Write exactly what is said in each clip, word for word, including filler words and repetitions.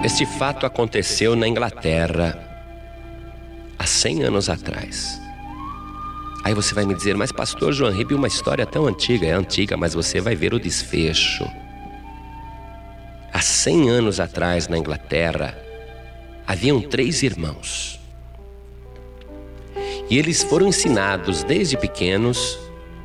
Este fato aconteceu na Inglaterra há cem anos atrás. Aí você vai me dizer, mas pastor João Ribe, uma história tão antiga. É antiga, mas você vai ver o desfecho. Há cem anos atrás na Inglaterra, haviam três irmãos. E eles foram ensinados desde pequenos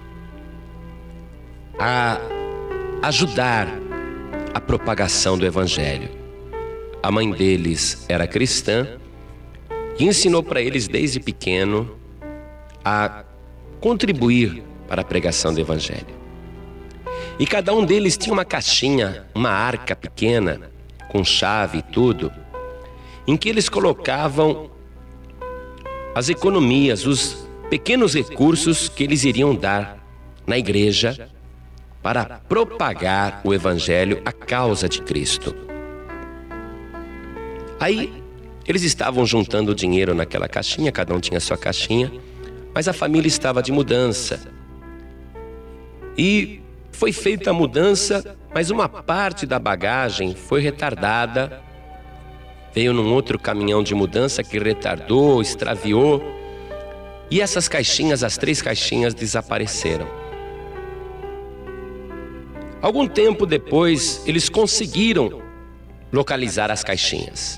a ajudar a propagação do Evangelho. A mãe deles era cristã e ensinou para eles desde pequeno a contribuir para a pregação do Evangelho. E cada um deles tinha uma caixinha, uma arca pequena, com chave e tudo, em que eles colocavam as economias, os pequenos recursos que eles iriam dar na igreja para propagar o Evangelho, a causa de Cristo. Aí, eles estavam juntando dinheiro naquela caixinha, cada um tinha sua caixinha, mas a família estava de mudança. E foi feita a mudança, mas uma parte da bagagem foi retardada. Veio num outro caminhão de mudança que retardou, extraviou. E essas caixinhas, as três caixinhas, desapareceram. Algum tempo depois, eles conseguiram localizar as caixinhas.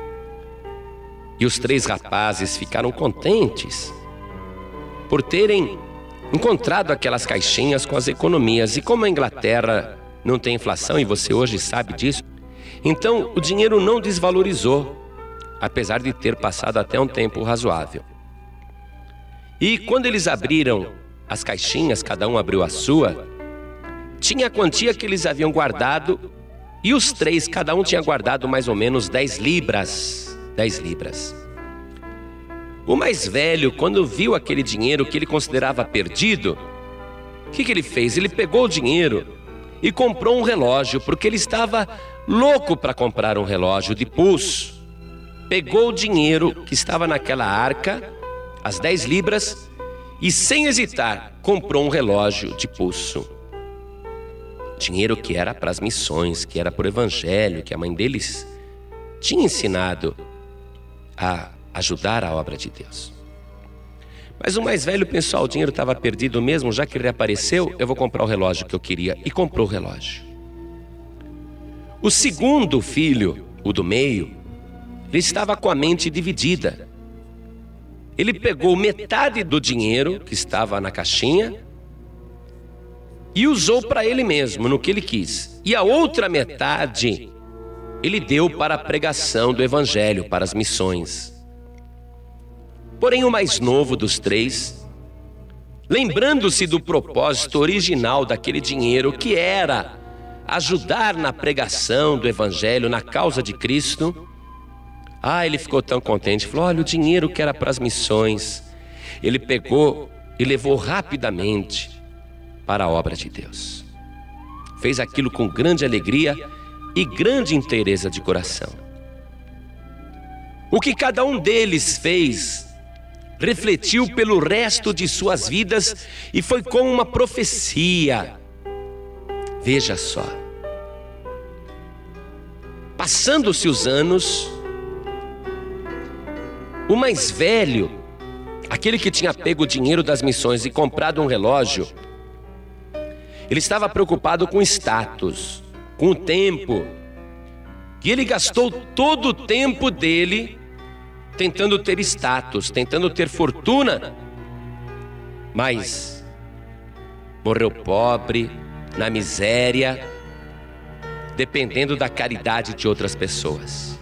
E os três rapazes ficaram contentes por terem encontrado aquelas caixinhas com as economias. E como a Inglaterra não tem inflação, e você hoje sabe disso, então o dinheiro não desvalorizou, apesar de ter passado até um tempo razoável. E quando eles abriram as caixinhas, cada um abriu a sua, tinha a quantia que eles haviam guardado, e os três, cada um tinha guardado mais ou menos dez libras. dez libras. O mais velho, quando viu aquele dinheiro que ele considerava perdido, o que, que ele fez? Ele pegou o dinheiro e comprou um relógio, porque ele estava louco para comprar um relógio de pulso. Pegou o dinheiro que estava naquela arca, as dez libras, e sem hesitar, comprou um relógio de pulso. Dinheiro que era para as missões, que era para o Evangelho, que a mãe deles tinha ensinado a ajudar a obra de Deus. Mas o mais velho pensou, ah, o dinheiro estava perdido mesmo, já que ele reapareceu, eu vou comprar o relógio que eu queria. E comprou o relógio. O segundo filho, o do meio, ele estava com a mente dividida. Ele pegou metade do dinheiro que estava na caixinha e usou para ele mesmo, no que ele quis. E a outra metade ele deu para a pregação do Evangelho, para as missões. Porém, o mais novo dos três, lembrando-se do propósito original daquele dinheiro, que era ajudar na pregação do Evangelho, na causa de Cristo, ah, ele ficou tão contente, falou, olha, o dinheiro que era para as missões, ele pegou e levou rapidamente para a obra de Deus. Fez aquilo com grande alegria e grande inteireza de coração. O que cada um deles fez refletiu pelo resto de suas vidas e foi como uma profecia. Veja só. Passando-se os anos, o mais velho, aquele que tinha pego o dinheiro das missões e comprado um relógio, ele estava preocupado com status, com o tempo, e ele gastou todo o tempo dele tentando ter status, tentando ter fortuna, mas morreu pobre, na miséria, dependendo da caridade de outras pessoas.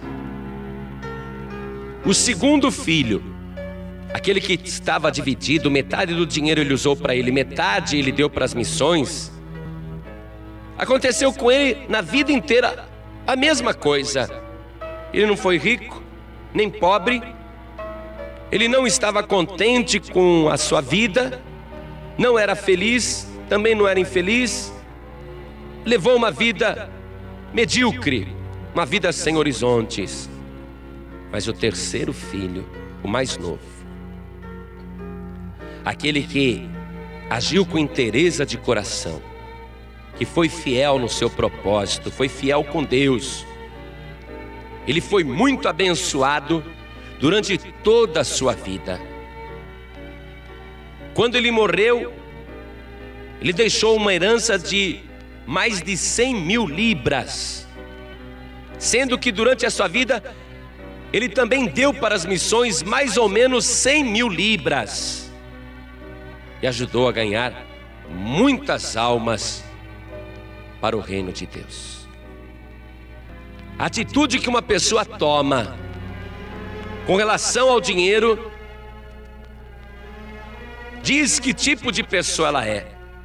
O segundo filho, aquele que estava dividido, metade do dinheiro ele usou para ele, metade ele deu para as missões. Aconteceu com ele na vida inteira a mesma coisa. Ele não foi rico, nem pobre. Ele não estava contente com a sua vida, não era feliz, também não era infeliz. Levou uma vida medíocre, uma vida sem horizontes. Mas o terceiro filho, o mais novo, aquele que agiu com inteireza de coração, que foi fiel no seu propósito, foi fiel com Deus, ele foi muito abençoado durante toda a sua vida. Quando ele morreu, ele deixou uma herança de mais de cem mil libras, sendo que durante a sua vida, ele também deu para as missões mais ou menos cem mil libras, e ajudou a ganhar muitas almas para o reino de Deus. A atitude que uma pessoa toma com relação ao dinheiro diz que tipo de pessoa ela é.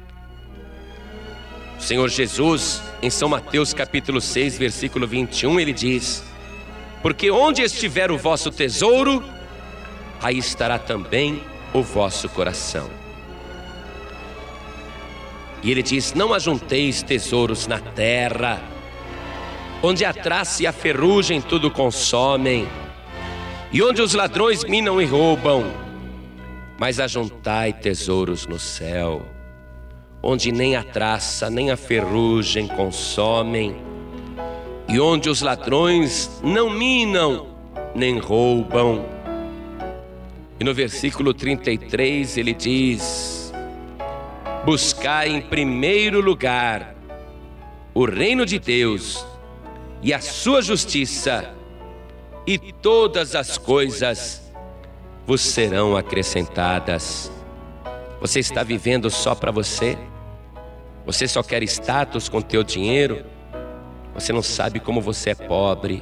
O Senhor Jesus, em São Mateus capítulo seis, versículo vinte e um, ele diz: porque onde estiver o vosso tesouro, aí estará também o vosso coração. E ele diz: não ajunteis tesouros na terra, onde a traça e a ferrugem tudo consomem, e onde os ladrões minam e roubam, mas ajuntai tesouros no céu, onde nem a traça nem a ferrugem consomem, e onde os ladrões não minam nem roubam. E no versículo trinta e três ele diz: buscai em primeiro lugar o reino de Deus e a sua justiça, e todas as coisas vos serão acrescentadas. Você está vivendo só para você? Você só quer status com teu dinheiro? Você não sabe como você é pobre.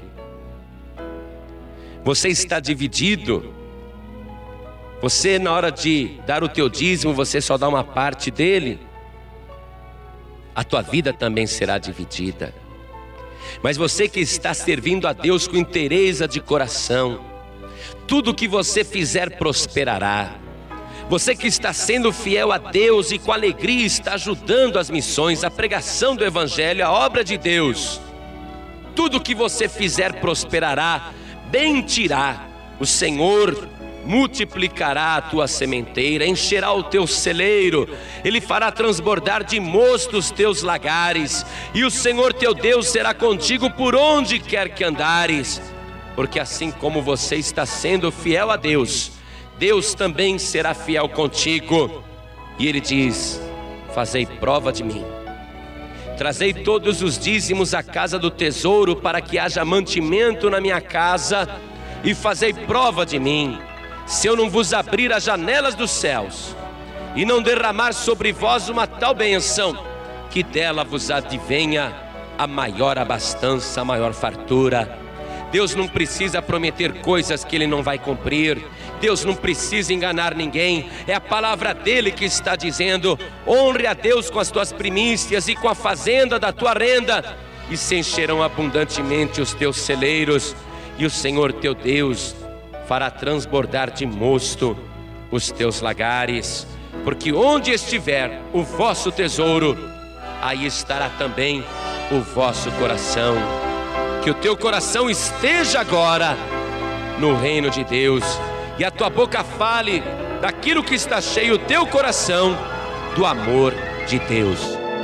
Você está dividido. Você, na hora de dar o teu dízimo, você só dá uma parte dele. A tua vida também será dividida. Mas você que está servindo a Deus com inteireza de coração, tudo que você fizer prosperará. Você que está sendo fiel a Deus e com alegria está ajudando as missões, a pregação do Evangelho, a obra de Deus, tudo que você fizer prosperará, bendirá. O Senhor multiplicará a tua sementeira, encherá o teu celeiro, Ele fará transbordar de mosto os teus lagares, e o Senhor teu Deus será contigo por onde quer que andares. Porque assim como você está sendo fiel a Deus, Deus também será fiel contigo. E Ele diz: fazei prova de mim, trazei todos os dízimos à casa do tesouro, para que haja mantimento na minha casa, e fazei prova de mim, se eu não vos abrir as janelas dos céus, e não derramar sobre vós uma tal bênção, que dela vos advenha a maior abastança, a maior fartura. Deus não precisa prometer coisas que Ele não vai cumprir. Deus não precisa enganar ninguém. É a palavra dEle que está dizendo: honre a Deus com as tuas primícias e com a fazenda da tua renda, e se encherão abundantemente os teus celeiros, e o Senhor teu Deus fará transbordar de mosto os teus lagares. Porque onde estiver o vosso tesouro, aí estará também o vosso coração. Que o teu coração esteja agora no reino de Deus, e a tua boca fale daquilo que está cheio o teu coração, do amor de Deus.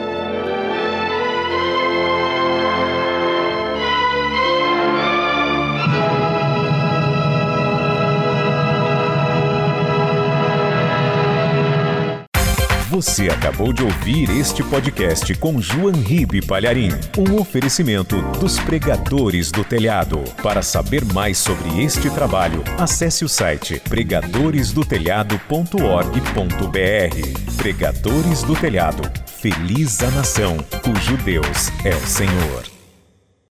Você acabou de ouvir este podcast com João Ribe Palharim, um oferecimento dos Pregadores do Telhado. Para saber mais sobre este trabalho, acesse o site pregadores do telhado ponto org ponto br. Pregadores do Telhado, feliz a nação cujo Deus é o Senhor.